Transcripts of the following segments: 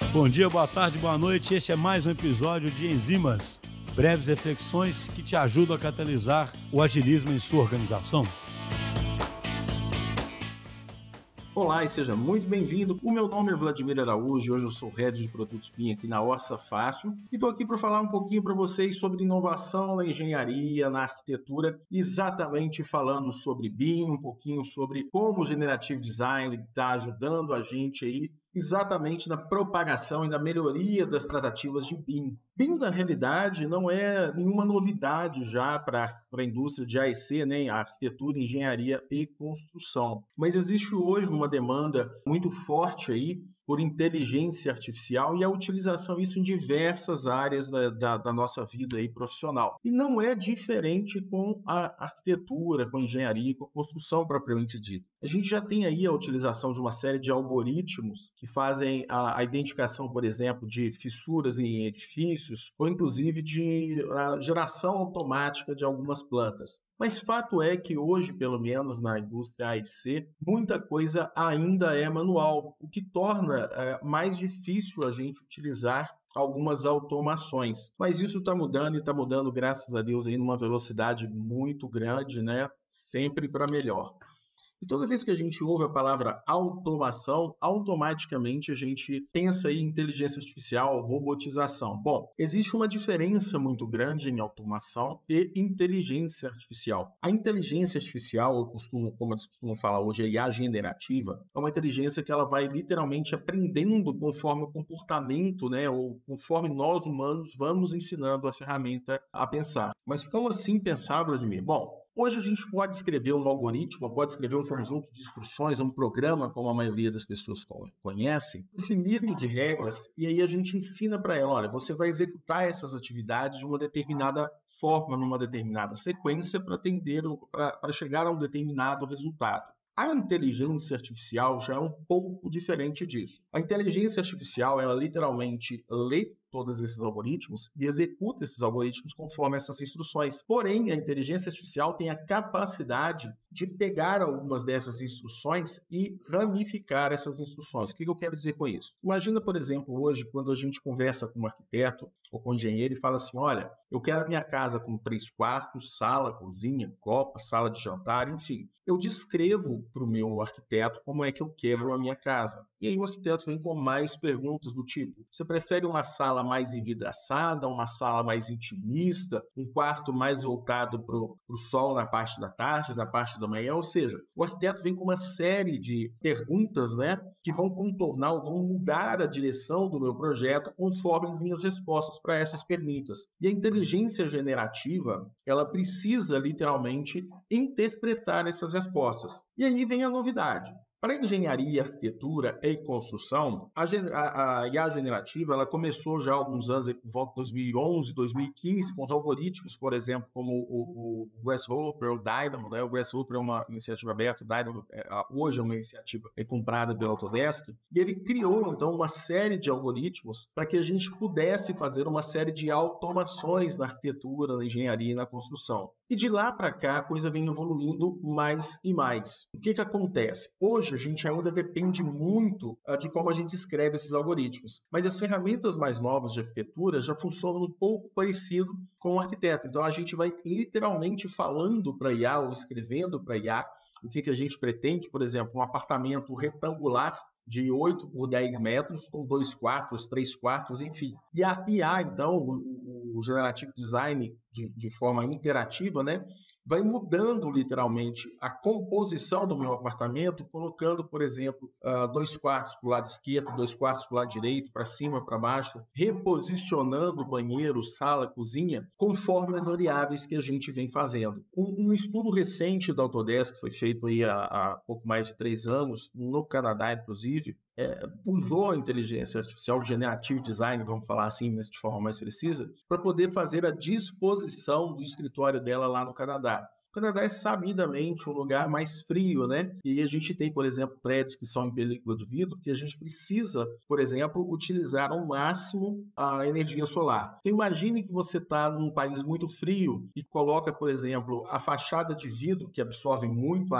Bom dia, boa tarde, boa noite. Este é mais um episódio de Enzimas, breves reflexões que te ajudam a catalisar o agilismo em sua organização. Olá e seja muito bem-vindo. O meu nome é Vladimir Araújo e hoje eu sou Head de Produtos BIM aqui na Orça Fácil e estou aqui para falar um pouquinho para vocês sobre inovação na engenharia, na arquitetura, exatamente falando sobre BIM, um pouquinho sobre como o Generative Design está ajudando a gente aí exatamente na propagação e na melhoria das tratativas de BIM. BIM, na realidade, não é nenhuma novidade já para a indústria de AEC, né? Arquitetura, engenharia e construção. Mas existe hoje uma demanda muito forte aí por inteligência artificial e a utilização disso em diversas áreas da nossa vida aí profissional. E não é diferente com a arquitetura, com a engenharia, com a construção propriamente dita. A gente já tem aí a utilização de uma série de algoritmos que fazem a identificação, por exemplo, de fissuras em edifícios ou inclusive de geração automática de algumas plantas. Mas fato é que hoje, pelo menos na indústria AEC, muita coisa ainda é manual, o que torna mais difícil a gente utilizar algumas automações. Mas isso está mudando e está mudando, graças a Deus, aí numa velocidade muito grande, né? Sempre para melhor. E toda vez que a gente ouve a palavra automação, automaticamente a gente pensa em inteligência artificial, robotização. Bom, existe uma diferença muito grande em automação e inteligência artificial. A inteligência artificial, como eles costumam falar hoje, a IA generativa, é uma inteligência que ela vai literalmente aprendendo conforme o comportamento, né, ou conforme nós humanos vamos ensinando a ferramenta a pensar. Mas como assim pensar, Vladimir? Bom, hoje a gente pode escrever um algoritmo, pode escrever um conjunto de instruções, um programa, como a maioria das pessoas conhecem, definido de regras, e aí a gente ensina para ela, olha, você vai executar essas atividades de uma determinada forma, numa determinada sequência para chegar a um determinado resultado. A inteligência artificial já é um pouco diferente disso. A inteligência artificial, ela literalmente lê todos esses algoritmos e executa esses algoritmos conforme essas instruções. Porém, a inteligência artificial tem a capacidade de pegar algumas dessas instruções e ramificar essas instruções. O que eu quero dizer com isso? Imagina, por exemplo, hoje, quando a gente conversa com um arquiteto ou com um engenheiro e fala assim, olha, eu quero a minha casa com 3 quartos, sala, cozinha, copa, sala de jantar, enfim. Eu descrevo para o meu arquiteto como é que eu quero a minha casa. E aí o arquiteto vem com mais perguntas do tipo, você prefere uma sala mais envidraçada, uma sala mais intimista, um quarto mais voltado para o sol na parte da tarde, na parte da manhã? Ou seja, o arquiteto vem com uma série de perguntas, né, que vão contornar ou vão mudar a direção do meu projeto conforme as minhas respostas para essas perguntas. E a inteligência generativa, ela precisa literalmente interpretar essas respostas. E aí vem a novidade. Para engenharia, arquitetura e construção, a IA generativa ela começou já há alguns anos, por volta de 2011, 2015, com os algoritmos, por exemplo, como o Grasshopper, o Dynamo, né? O Grasshopper é uma iniciativa aberta, o Dynamo hoje é uma iniciativa comprada pela Autodesk, e ele criou, então, uma série de algoritmos para que a gente pudesse fazer uma série de automações na arquitetura, na engenharia e na construção. E de lá para cá, a coisa vem evoluindo mais e mais. O que acontece? Hoje, a gente ainda depende muito de como a gente escreve esses algoritmos. Mas as ferramentas mais novas de arquitetura já funcionam um pouco parecido com o arquiteto. Então, a gente vai literalmente falando para a IA ou escrevendo para a IA o que a gente pretende. Por exemplo, um apartamento retangular de 8 por 10 metros, com 2 quartos, 3 quartos, enfim. E a IA, então, o Generative Design, de forma interativa, né, vai mudando literalmente a composição do meu apartamento, colocando, por exemplo, 2 quartos para o lado esquerdo, 2 quartos para o lado direito, para cima, para baixo, reposicionando banheiro, sala, cozinha, conforme as variáveis que a gente vem fazendo. Um estudo recente da Autodesk, que foi feito aí há pouco mais de 3 anos, no Canadá, inclusive, usou a inteligência artificial, o Generative Design, vamos falar assim, mas de forma mais precisa, para poder fazer a disposição do escritório dela lá no Canadá. O Canadá é sabidamente um lugar mais frio, né? E a gente tem, por exemplo, prédios que são em película de vidro que a gente precisa, por exemplo, utilizar ao máximo a energia solar. Então, imagine que você está num país muito frio e coloca, por exemplo, a fachada de vidro, que absorve muito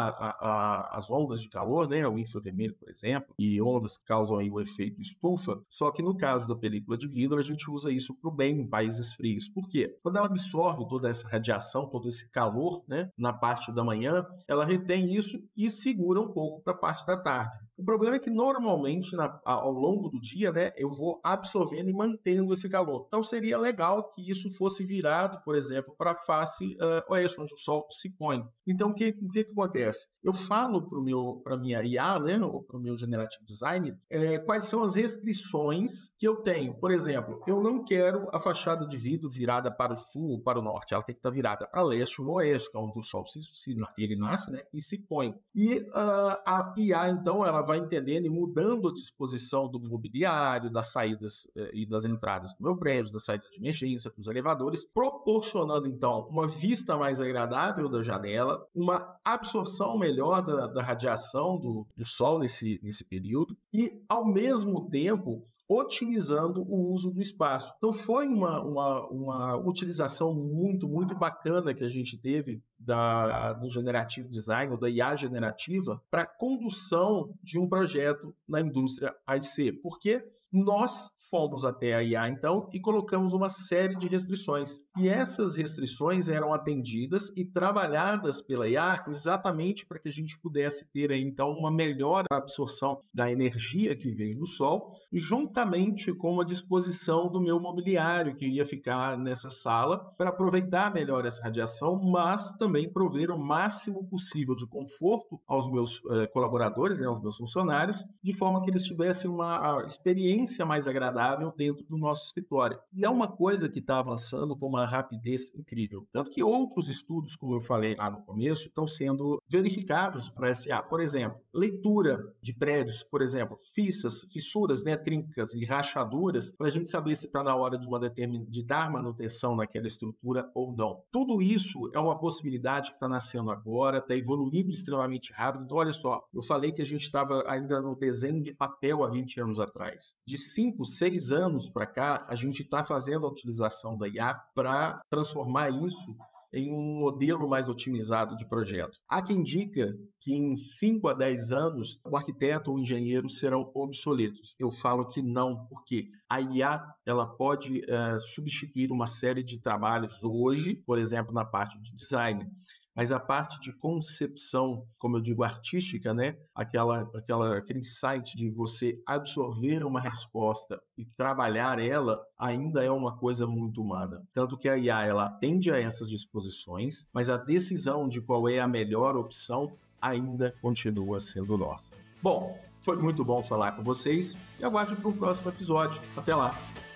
as ondas de calor, né? O infravermelho, por exemplo, e ondas que causam aí o efeito estufa. Só que no caso da película de vidro, a gente usa isso para o bem em países frios. Por quê? Quando ela absorve toda essa radiação, todo esse calor, né, na parte da manhã, ela retém isso e segura um pouco para a parte da tarde. O problema é que normalmente ao longo do dia, né, eu vou absorvendo e mantendo esse calor. Então seria legal que isso fosse virado, por exemplo, para a face oeste, onde o sol se põe. Então o que acontece? Eu falo para a minha IA, né, ou para o meu Generative Design, quais são as restrições que eu tenho. Por exemplo, eu não quero a fachada de vidro virada para o sul ou para o norte. Ela tem que estar virada para leste ou oeste, que é onde o sol ele nasce, né, e se põe. E a IA, então, ela vai entendendo e mudando a disposição do mobiliário, das saídas e das entradas do meu prédio, da saída de emergência, dos elevadores, proporcionando, então, uma vista mais agradável da janela, uma absorção melhor da radiação do sol nesse período e, ao mesmo tempo, otimizando o uso do espaço. Então, foi uma utilização muito, muito bacana que a gente teve do Generative Design, ou da IA generativa, para a condução de um projeto na indústria IC. Porque nós fomos até a IA, então, e colocamos uma série de restrições. E essas restrições eram atendidas e trabalhadas pela IA exatamente para que a gente pudesse ter, aí, então, uma melhor absorção da energia que veio do sol, juntamente com a disposição do meu mobiliário, que ia ficar nessa sala, para aproveitar melhor essa radiação, mas também prover o máximo possível de conforto aos meus colaboradores, né, aos meus funcionários, de forma que eles tivessem uma experiência mais agradável dentro do nosso escritório. E é uma coisa que está avançando com uma rapidez incrível. Tanto que outros estudos, como eu falei lá no começo, estão sendo verificados para SA. Por exemplo, leitura de prédios, por exemplo, fissuras, né, trincas e rachaduras, para a gente saber se está na hora de dar manutenção naquela estrutura ou não. Tudo isso é uma possibilidade que está nascendo agora, está evoluindo extremamente rápido. Então, olha só, eu falei que a gente estava ainda no desenho de papel há 20 anos atrás. De 5, 6 anos para cá, a gente está fazendo a utilização da IA para transformar isso em um modelo mais otimizado de projeto. Há quem indica que em 5 a 10 anos, o arquiteto ou o engenheiro serão obsoletos. Eu falo que não, porque a IA ela pode substituir uma série de trabalhos hoje, por exemplo, na parte de design. Mas a parte de concepção, como eu digo, artística, né? Aquele insight de você absorver uma resposta e trabalhar ela, ainda é uma coisa muito humana. Tanto que a IA ela atende a essas disposições, mas a decisão de qual é a melhor opção ainda continua sendo nossa. Bom, foi muito bom falar com vocês e aguardo para o próximo episódio. Até lá!